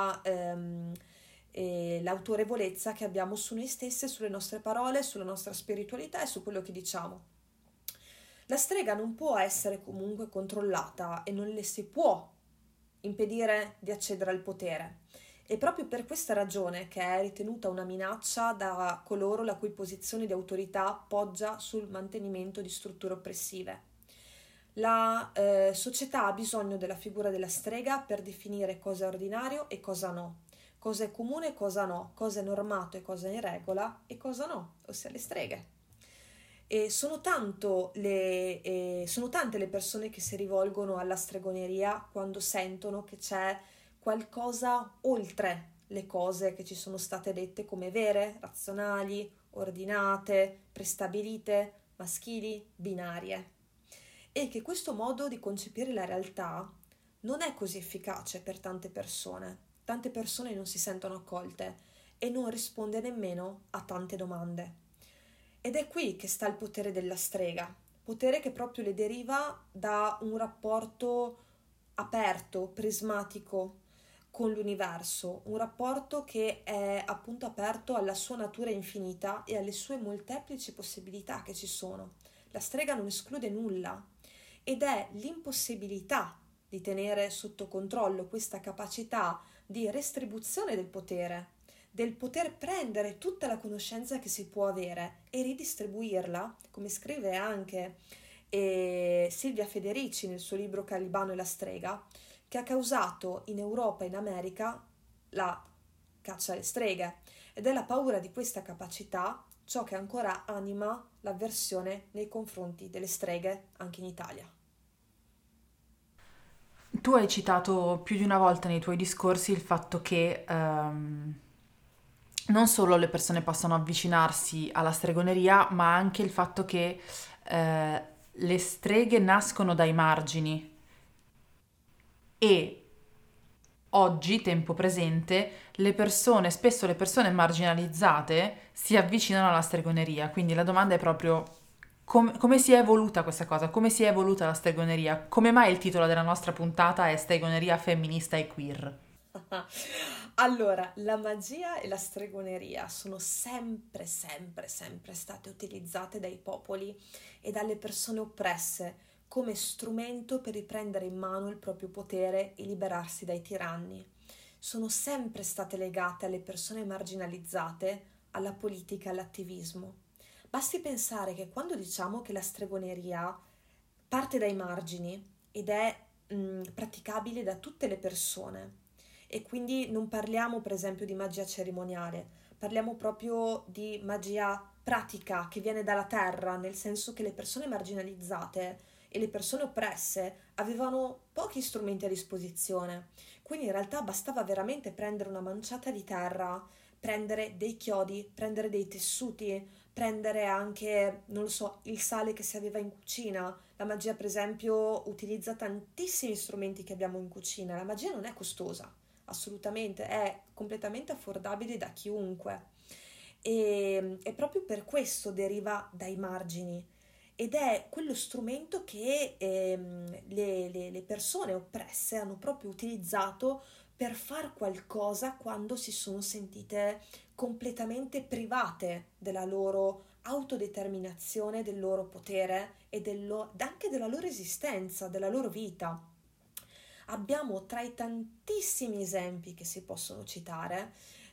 l'autorevolezza che abbiamo su noi stesse, sulle nostre parole, sulla nostra spiritualità e su quello che diciamo. La strega non può essere comunque controllata e non le si può impedire di accedere al potere. E proprio per questa ragione che è ritenuta una minaccia da coloro la cui posizione di autorità poggia sul mantenimento di strutture oppressive. La società ha bisogno della figura della strega per definire cosa è ordinario e cosa no, cosa è comune e cosa no, cosa è normato e cosa è in regola e cosa no, ossia le streghe. E sono tante le persone che si rivolgono alla stregoneria quando sentono che c'è qualcosa oltre le cose che ci sono state dette come vere, razionali, ordinate, prestabilite, maschili, binarie. E che questo modo di concepire la realtà non è così efficace per tante persone. Tante persone non si sentono accolte e non risponde nemmeno a tante domande. Ed è qui che sta il potere della strega, potere che proprio le deriva da un rapporto aperto, prismatico con l'universo, un rapporto che è appunto aperto alla sua natura infinita e alle sue molteplici possibilità che ci sono. La strega non esclude nulla ed è l'impossibilità di tenere sotto controllo questa capacità di restribuzione del poter prendere tutta la conoscenza che si può avere e ridistribuirla, come scrive anche Silvia Federici nel suo libro Calibano e la strega, che ha causato in Europa e in America la caccia alle streghe, ed è la paura di questa capacità ciò che ancora anima l'avversione nei confronti delle streghe anche in Italia. Tu hai citato più di una volta nei tuoi discorsi il fatto che non solo le persone possano avvicinarsi alla stregoneria, ma anche il fatto che le streghe nascono dai margini e oggi, tempo presente, spesso le persone marginalizzate si avvicinano alla stregoneria. Quindi la domanda è proprio come si è evoluta questa cosa? Come si è evoluta la stregoneria? Come mai il titolo della nostra puntata è Stregoneria femminista e queer? Allora, la magia e la stregoneria sono sempre state utilizzate dai popoli e dalle persone oppresse come strumento per riprendere in mano il proprio potere e liberarsi dai tiranni. Sono sempre state legate alle persone marginalizzate, alla politica e all'attivismo. Basti pensare che quando diciamo che la stregoneria parte dai margini ed è praticabile da tutte le persone, e quindi non parliamo per esempio di magia cerimoniale, parliamo proprio di magia pratica che viene dalla terra, nel senso che le persone marginalizzate e le persone oppresse avevano pochi strumenti a disposizione, quindi in realtà bastava veramente prendere una manciata di terra, prendere dei chiodi, prendere dei tessuti, prendere anche, non lo so, il sale che si aveva in cucina. La magia per esempio utilizza tantissimi strumenti che abbiamo in cucina, la magia non è costosa. Assolutamente, è completamente affordabile da chiunque e proprio per questo deriva dai margini ed è quello strumento che le persone oppresse hanno proprio utilizzato per far qualcosa quando si sono sentite completamente private della loro autodeterminazione, del loro potere e anche della loro esistenza, della loro vita. Abbiamo tra i tantissimi esempi che si possono citare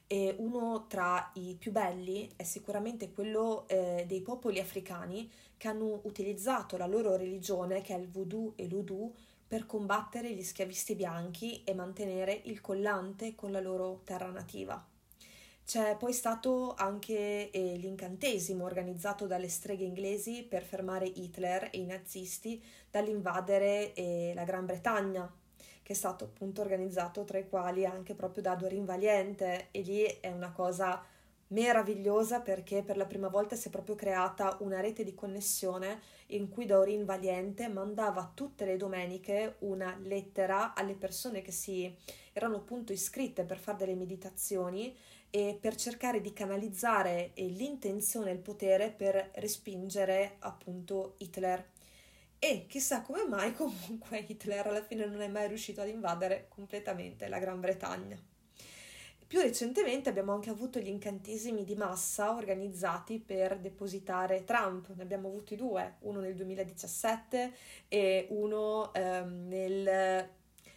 E uno tra i più belli è sicuramente quello dei popoli africani che hanno utilizzato la loro religione, che è il voodoo e l'udu, per combattere gli schiavisti bianchi e mantenere il collante con la loro terra nativa. C'è poi stato anche l'incantesimo organizzato dalle streghe inglesi per fermare Hitler e i nazisti dall'invadere la Gran Bretagna, che è stato appunto organizzato tra i quali anche proprio da Doreen Valiente, e lì è una cosa meravigliosa perché per la prima volta si è proprio creata una rete di connessione in cui Doreen Valiente mandava tutte le domeniche una lettera alle persone che si erano appunto iscritte per fare delle meditazioni e per cercare di canalizzare l'intenzione e il potere per respingere appunto Hitler. E chissà come mai comunque Hitler alla fine non è mai riuscito ad invadere completamente la Gran Bretagna. Più recentemente abbiamo anche avuto gli incantesimi di massa organizzati per depositare Trump. Ne abbiamo avuti due, uno nel 2017 e uno nel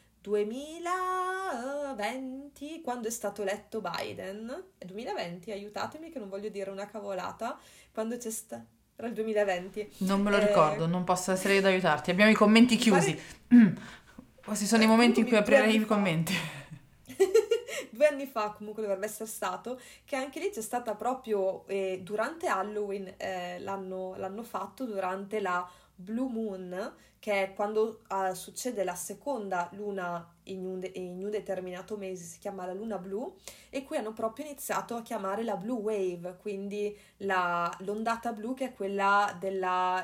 2020, quando è stato eletto Biden. 2020, aiutatemi che non voglio dire una cavolata, quando c'è stato... Era il 2020. Non me lo ricordo, non posso essere io ad aiutarti. Abbiamo i commenti chiusi. Questi sono i momenti in cui aprirei i commenti. 2 anni fa comunque dovrebbe essere stato, che anche lì c'è stata proprio durante Halloween, l'hanno fatto durante la Blue Moon, che è quando succede la seconda luna in un determinato mese, si chiama la luna blu, e qui hanno proprio iniziato a chiamare la Blue Wave, quindi l'ondata blu, che è quella della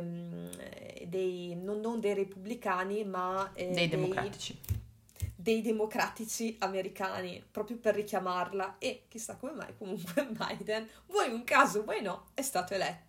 non dei repubblicani ma Dei democratici. Dei democratici americani, proprio per richiamarla. E chissà come mai comunque Biden, vuoi un caso vuoi no, è stato eletto.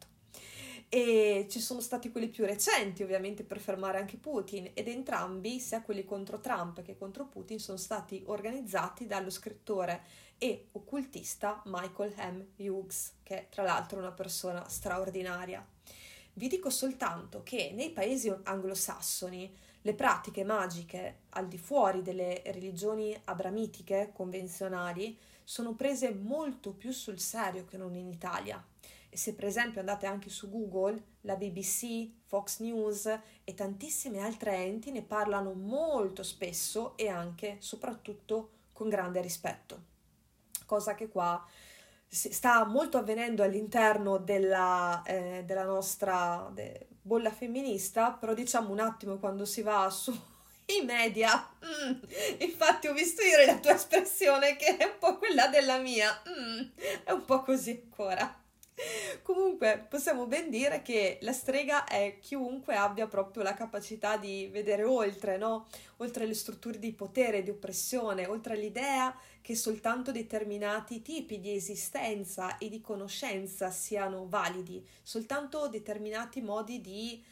E ci sono stati quelli più recenti ovviamente per fermare anche Putin, ed entrambi, sia quelli contro Trump che contro Putin, sono stati organizzati dallo scrittore e occultista Michael M. Hughes, che è tra l'altro una persona straordinaria. Vi dico soltanto che nei paesi anglosassoni le pratiche magiche al di fuori delle religioni abramitiche convenzionali sono prese molto più sul serio che non in Italia. E se per esempio andate anche su Google, la BBC, Fox News e tantissime altre enti ne parlano molto spesso e anche, soprattutto, con grande rispetto. Cosa che qua sta molto avvenendo all'interno della nostra bolla femminista, però diciamo un attimo quando si va sui media, infatti ho visto ieri la tua espressione che è un po' quella della mia, è un po' così ancora. Comunque possiamo ben dire che la strega è chiunque abbia proprio la capacità di vedere oltre, no? Oltre le strutture di potere, di oppressione, oltre l'idea che soltanto determinati tipi di esistenza e di conoscenza siano validi, soltanto determinati modi di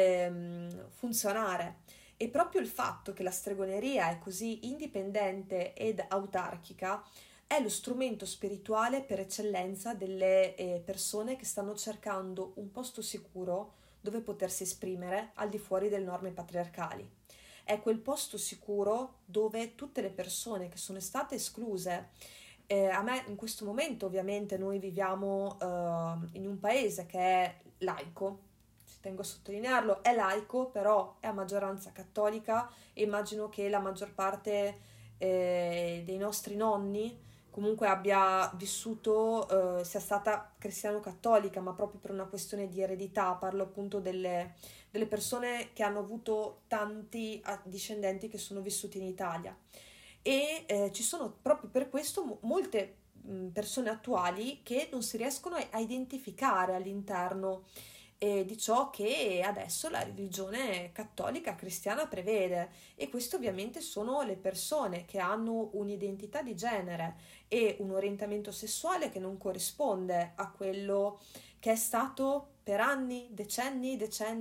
funzionare. E proprio il fatto che la stregoneria è così indipendente ed autarchica è lo strumento spirituale per eccellenza delle persone che stanno cercando un posto sicuro dove potersi esprimere al di fuori delle norme patriarcali. È quel posto sicuro dove tutte le persone che sono state escluse, a me in questo momento ovviamente noi viviamo in un paese che è laico, ci tengo a sottolinearlo, è laico, però è a maggioranza cattolica, e immagino che la maggior parte dei nostri nonni comunque abbia vissuto, sia stata cristiano-cattolica, ma proprio per una questione di eredità. Parlo appunto delle persone che hanno avuto tanti discendenti che sono vissuti in Italia, e ci sono proprio per questo molte persone attuali che non si riescono a identificare all'interno di ciò che adesso la religione cattolica cristiana prevede, e queste ovviamente sono le persone che hanno un'identità di genere e un orientamento sessuale che non corrisponde a quello che è stato per anni, decenni,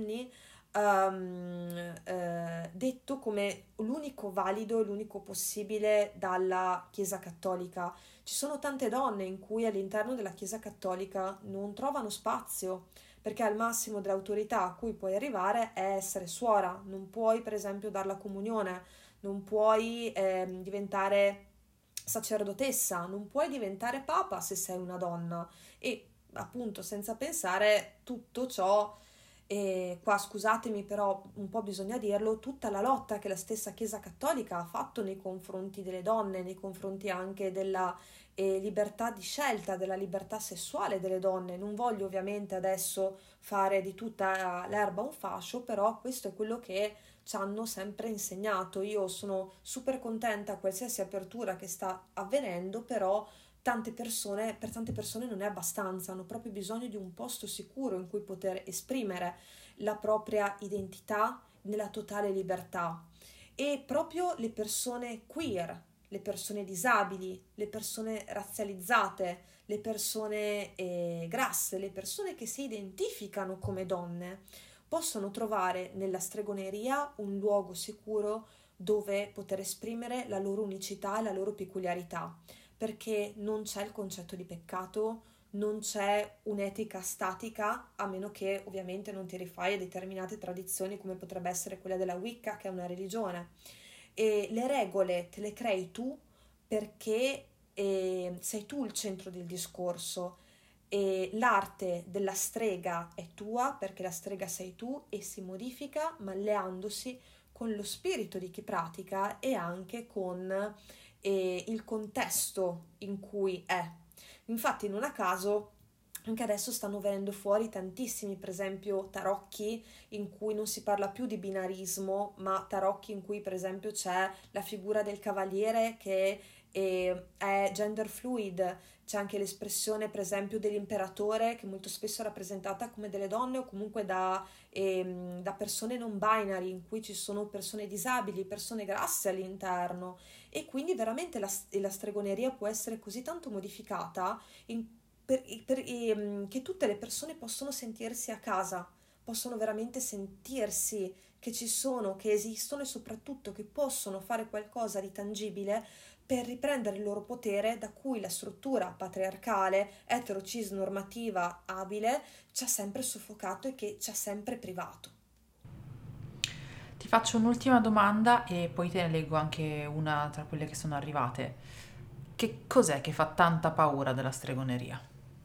detto come l'unico valido e l'unico possibile dalla Chiesa Cattolica. Ci sono tante donne in cui all'interno della Chiesa Cattolica non trovano spazio, perché al massimo dell'autorità a cui puoi arrivare è essere suora, non puoi per esempio dar la comunione, non puoi diventare sacerdotessa, non puoi diventare papa se sei una donna. E appunto, senza pensare tutto ciò, e qua scusatemi però un po' bisogna dirlo, tutta la lotta che la stessa Chiesa Cattolica ha fatto nei confronti delle donne, nei confronti anche della libertà di scelta, della libertà sessuale delle donne. Non voglio ovviamente adesso fare di tutta l'erba un fascio, però questo è quello che ci hanno sempre insegnato. Io sono super contenta a qualsiasi apertura che sta avvenendo, però per tante persone non è abbastanza, hanno proprio bisogno di un posto sicuro in cui poter esprimere la propria identità nella totale libertà. E proprio le persone queer, le persone disabili, le persone razzializzate, le persone grasse, le persone che si identificano come donne, possono trovare nella stregoneria un luogo sicuro dove poter esprimere la loro unicità e la loro peculiarità, perché non c'è il concetto di peccato, non c'è un'etica statica, a meno che ovviamente non ti rifai a determinate tradizioni come potrebbe essere quella della Wicca, che è una religione. E le regole te le crei tu perché sei tu il centro del discorso, e l'arte della strega è tua perché la strega sei tu e si modifica malleandosi con lo spirito di chi pratica e anche con il contesto in cui è. Infatti, non a caso, anche adesso stanno venendo fuori tantissimi, per esempio, tarocchi in cui non si parla più di binarismo, ma tarocchi in cui, per esempio, c'è la figura del cavaliere che è gender fluid, c'è anche l'espressione, per esempio, dell'imperatore, che molto spesso è rappresentata come delle donne o comunque da persone non binary, in cui ci sono persone disabili, persone grasse all'interno. E quindi veramente la stregoneria può essere così tanto modificata che tutte le persone possono sentirsi a casa, possono veramente sentirsi che ci sono, che esistono e soprattutto che possono fare qualcosa di tangibile per riprendere il loro potere da cui la struttura patriarcale, etero-cis normativa abile ci ha sempre soffocato e che ci ha sempre privato. Ti faccio un'ultima domanda e poi te ne leggo anche una tra quelle che sono arrivate. Che cos'è che fa tanta paura della stregoneria?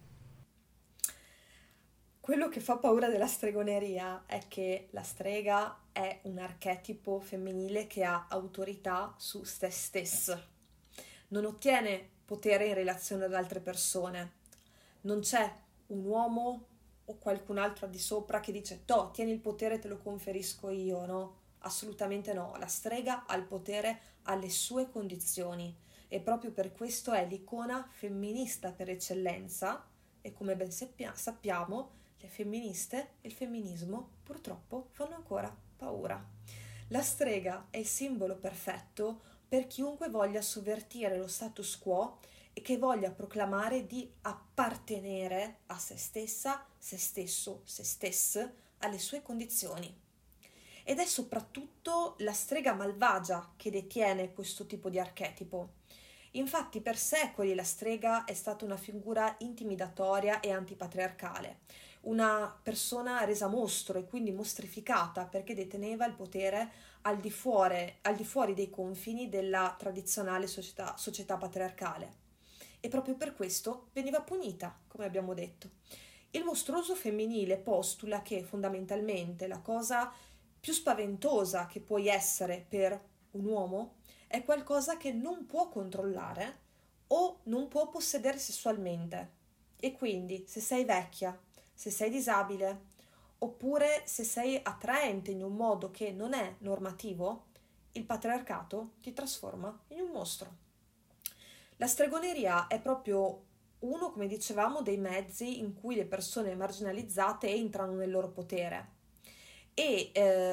Quello che fa paura della stregoneria è che la strega è un archetipo femminile che ha autorità su se stesso. Non ottiene potere in relazione ad altre persone. Non c'è un uomo o qualcun altro al di sopra che dice: "Toh, tieni il potere, te lo conferisco io", no? Assolutamente no. La strega ha il potere alle sue condizioni e proprio per questo è l'icona femminista per eccellenza e come ben sappiamo le femministe e il femminismo purtroppo fanno ancora paura. La strega è il simbolo perfetto per chiunque voglia sovvertire lo status quo e che voglia proclamare di appartenere a se stessa, se stesso, se stesse, alle sue condizioni. Ed è soprattutto la strega malvagia che detiene questo tipo di archetipo. Infatti per secoli la strega è stata una figura intimidatoria e antipatriarcale, una persona resa mostro e quindi mostrificata perché deteneva il potere al di fuori dei confini della tradizionale società patriarcale. E proprio per questo veniva punita, come abbiamo detto. Il mostruoso femminile postula che fondamentalmente la cosa più spaventosa che puoi essere per un uomo è qualcosa che non può controllare o non può possedere sessualmente. E quindi, se sei vecchia, se sei disabile, oppure se sei attraente in un modo che non è normativo, il patriarcato ti trasforma in un mostro. La stregoneria è proprio uno, come dicevamo, dei mezzi in cui le persone marginalizzate entrano nel loro potere. E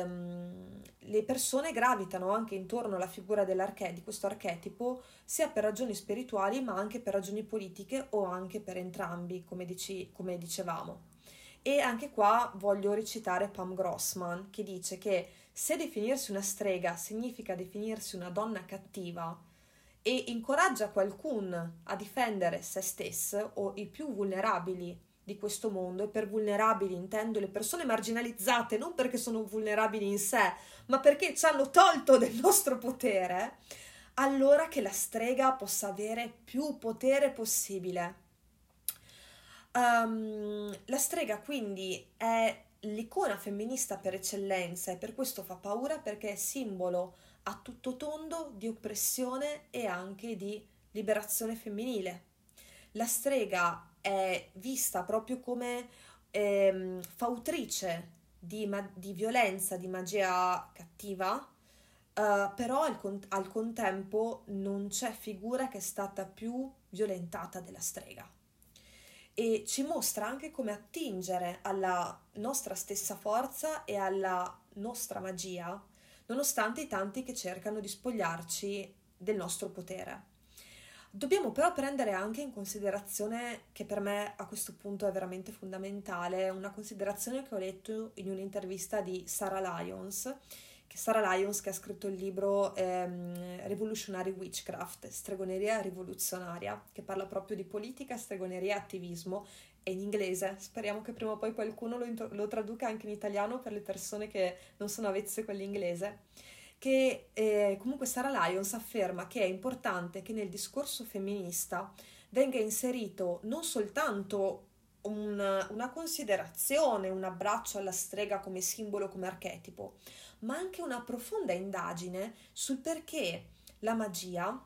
le persone gravitano anche intorno alla figura di questo archetipo sia per ragioni spirituali ma anche per ragioni politiche o anche per entrambi, come dicevamo. E anche qua voglio recitare Pam Grossman, che dice che se definirsi una strega significa definirsi una donna cattiva e incoraggia qualcuno a difendere se stesso o i più vulnerabili di questo mondo, e per vulnerabili intendo le persone marginalizzate non perché sono vulnerabili in sé, ma perché ci hanno tolto del nostro potere, allora che la strega possa avere più potere possibile. La strega quindi è l'icona femminista per eccellenza e per questo fa paura, perché è simbolo a tutto tondo di oppressione e anche di liberazione femminile. La strega è vista proprio come fautrice di violenza, di magia cattiva, però al contempo non c'è figura che è stata più violentata della strega. E ci mostra anche come attingere alla nostra stessa forza e alla nostra magia, nonostante i tanti che cercano di spogliarci del nostro potere. Dobbiamo però prendere anche in considerazione, che per me a questo punto è veramente fondamentale, una considerazione che ho letto in un'intervista di Sarah Lyons, che ha scritto il libro Revolutionary Witchcraft, stregoneria rivoluzionaria, che parla proprio di politica, stregoneria e attivismo, è in inglese. Speriamo che prima o poi qualcuno lo traduca anche in italiano per le persone che non sono avvezze con l'inglese. Comunque Sarah Lyons afferma che è importante che nel discorso femminista venga inserito non soltanto una considerazione, un abbraccio alla strega come simbolo, come archetipo, ma anche una profonda indagine sul perché la magia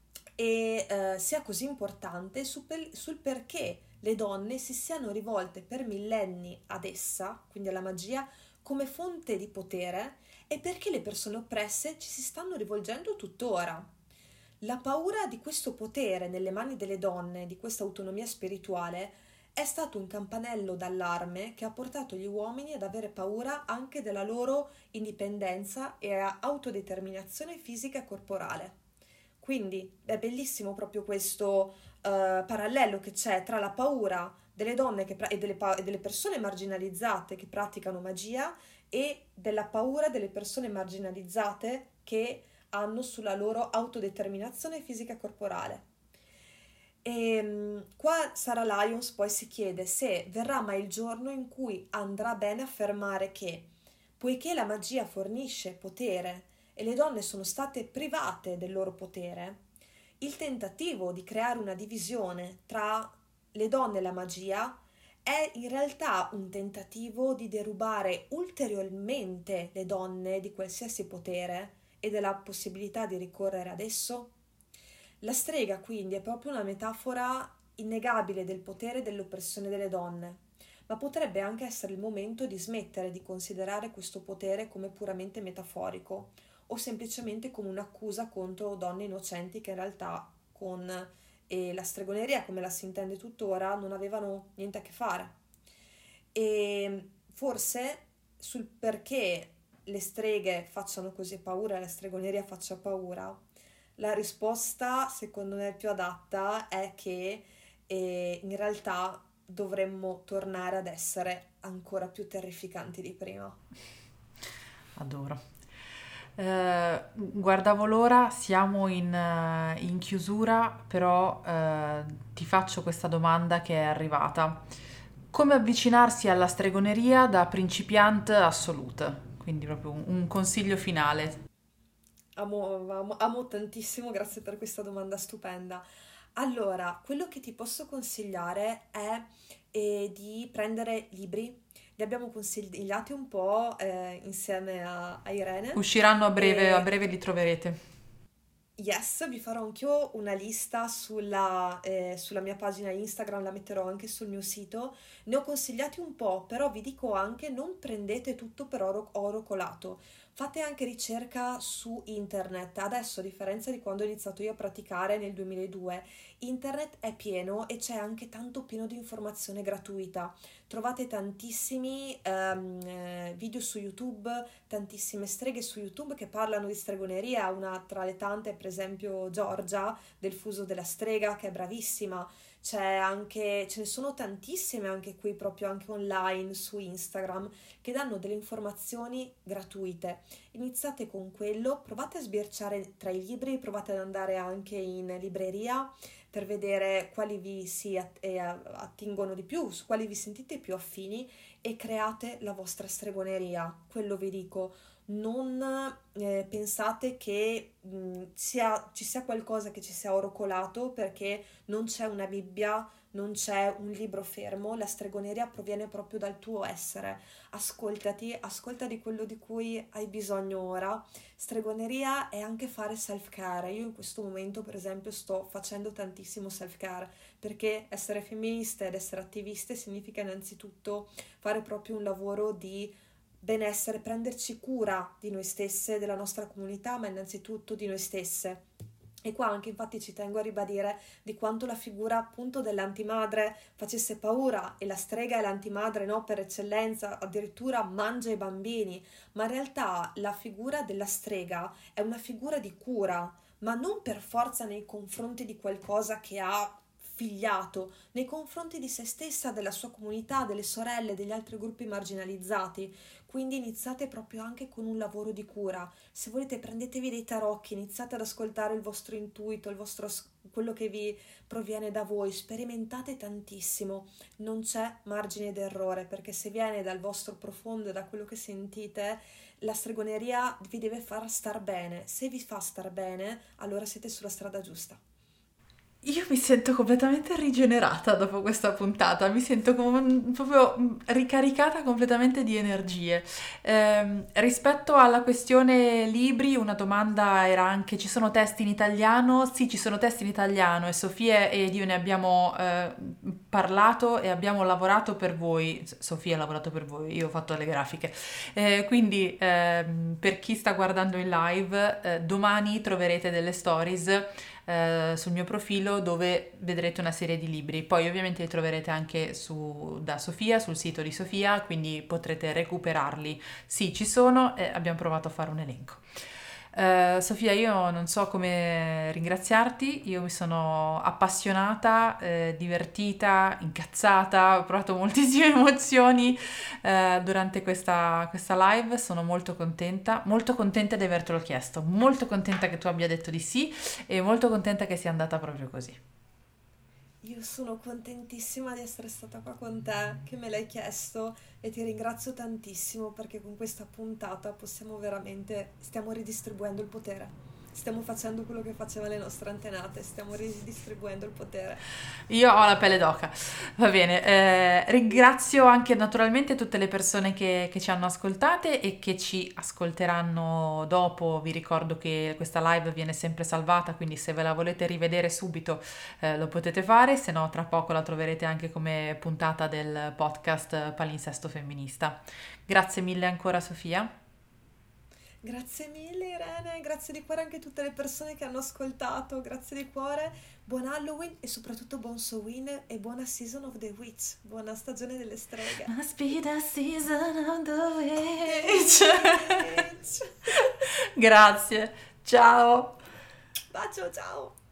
sia così importante, sul perché le donne si siano rivolte per millenni ad essa, quindi alla magia, come fonte di potere, e perché le persone oppresse ci si stanno rivolgendo tuttora. La paura di questo potere nelle mani delle donne, di questa autonomia spirituale, è stato un campanello d'allarme che ha portato gli uomini ad avere paura anche della loro indipendenza e autodeterminazione fisica e corporale. Quindi è bellissimo proprio questo parallelo che c'è tra la paura delle donne e delle persone marginalizzate che praticano magia e della paura delle persone marginalizzate che hanno sulla loro autodeterminazione fisica e corporale. E qua Sarah Lyons poi si chiede se verrà mai il giorno in cui andrà bene affermare che, poiché la magia fornisce potere e le donne sono state private del loro potere, il tentativo di creare una divisione tra le donne e la magia è in realtà un tentativo di derubare ulteriormente le donne di qualsiasi potere e della possibilità di ricorrere ad esso. La strega quindi è proprio una metafora innegabile del potere e dell'oppressione delle donne, ma potrebbe anche essere il momento di smettere di considerare questo potere come puramente metaforico o semplicemente come un'accusa contro donne innocenti che in realtà con la stregoneria, come la si intende tuttora, non avevano niente a che fare. E forse sul perché le streghe facciano così paura e la stregoneria faccia paura, la risposta, secondo me, più adatta è che in realtà dovremmo tornare ad essere ancora più terrificanti di prima. Adoro. Guardavo l'ora, siamo in chiusura, però ti faccio questa domanda che è arrivata. Come avvicinarsi alla stregoneria da principiante assoluta? Quindi proprio un consiglio finale. Amo tantissimo, grazie per questa domanda stupenda. Allora, quello che ti posso consigliare è di prendere libri. Li abbiamo consigliati un po' insieme a Irene. Usciranno a E breve li troverete. yes, vi farò anch'io una lista sulla mia pagina Instagram, la metterò anche sul mio sito. Ne ho consigliati un po', però vi dico anche non prendete tutto per oro colato. Fate anche ricerca su internet. Adesso, a differenza di quando ho iniziato io a praticare nel 2002, internet è pieno e c'è anche tanto pieno di informazione gratuita. Trovate tantissimi video su YouTube, tantissime streghe su YouTube che parlano di stregoneria. Una tra le tante è per esempio Giorgia del Fuso della Strega, che è bravissima. Ce ne sono tantissime anche qui, proprio anche online su Instagram, che danno delle informazioni gratuite. Iniziate con quello, provate a sbirciare tra i libri, provate ad andare anche in libreria per vedere quali vi si attingono di più, su quali vi sentite più affini, e create la vostra stregoneria. Quello vi dico, non pensate che ci sia qualcosa che ci sia orocolato, perché non c'è una Bibbia, non c'è un libro fermo. La stregoneria proviene proprio dal tuo essere. Ascoltati, ascolta di quello di cui hai bisogno ora. Stregoneria è anche fare self-care. Io in questo momento, per esempio, sto facendo tantissimo self-care, perché essere femministe ed essere attiviste significa innanzitutto fare proprio un lavoro di benessere, prenderci cura di noi stesse, della nostra comunità, ma innanzitutto di noi stesse. E qua anche infatti ci tengo a ribadire di quanto la figura appunto dell'antimadre facesse paura, e la strega è l'antimadre, no, per eccellenza, addirittura mangia i bambini, ma in realtà la figura della strega è una figura di cura, ma non per forza nei confronti di qualcosa che ha figliato, nei confronti di se stessa, della sua comunità, delle sorelle, degli altri gruppi marginalizzati. Quindi iniziate proprio anche con un lavoro di cura. Se volete, prendetevi dei tarocchi, iniziate ad ascoltare il vostro intuito, quello che vi proviene da voi, sperimentate tantissimo, non c'è margine d'errore, perché se viene dal vostro profondo e da quello che sentite, la stregoneria vi deve far star bene. Se vi fa star bene, allora siete sulla strada giusta. Io mi sento completamente rigenerata dopo questa puntata, mi sento proprio ricaricata completamente di energie. Rispetto alla questione libri, una domanda era anche: ci sono testi in italiano? Sì, ci sono testi in italiano, e Sofia ed io ne abbiamo parlato e abbiamo lavorato per voi. Sofia ha lavorato per voi, io ho fatto le grafiche. Quindi per chi sta guardando in live, domani troverete delle stories sul mio profilo dove vedrete una serie di libri. Poi ovviamente li troverete anche da Sofia, sul sito di Sofia, quindi potrete recuperarli. Sì, ci sono, abbiamo provato a fare un elenco. Sofia, io non so come ringraziarti, io mi sono appassionata, divertita, incazzata, ho provato moltissime emozioni durante questa live, sono molto contenta di avertelo chiesto, molto contenta che tu abbia detto di sì e molto contenta che sia andata proprio così. Io sono contentissima di essere stata qua con te, che me l'hai chiesto, e ti ringrazio tantissimo, perché con questa puntata stiamo ridistribuendo il potere. Stiamo facendo quello che facevano le nostre antenate, stiamo ridistribuendo il potere. Io ho la pelle d'oca, va bene. Ringrazio anche naturalmente tutte le persone che ci hanno ascoltate e che ci ascolteranno dopo. Vi ricordo che questa live viene sempre salvata, quindi se ve la volete rivedere subito lo potete fare, se no tra poco la troverete anche come puntata del podcast Palinsesto Femminista. Grazie mille ancora, Sofia. Grazie mille Irene, grazie di cuore anche a tutte le persone che hanno ascoltato, grazie di cuore, buon Halloween e soprattutto buon Samhain e buona Season of the Witch, buona stagione delle streghe. Must be the season of the witch. Grazie, ciao. Bacio, ciao.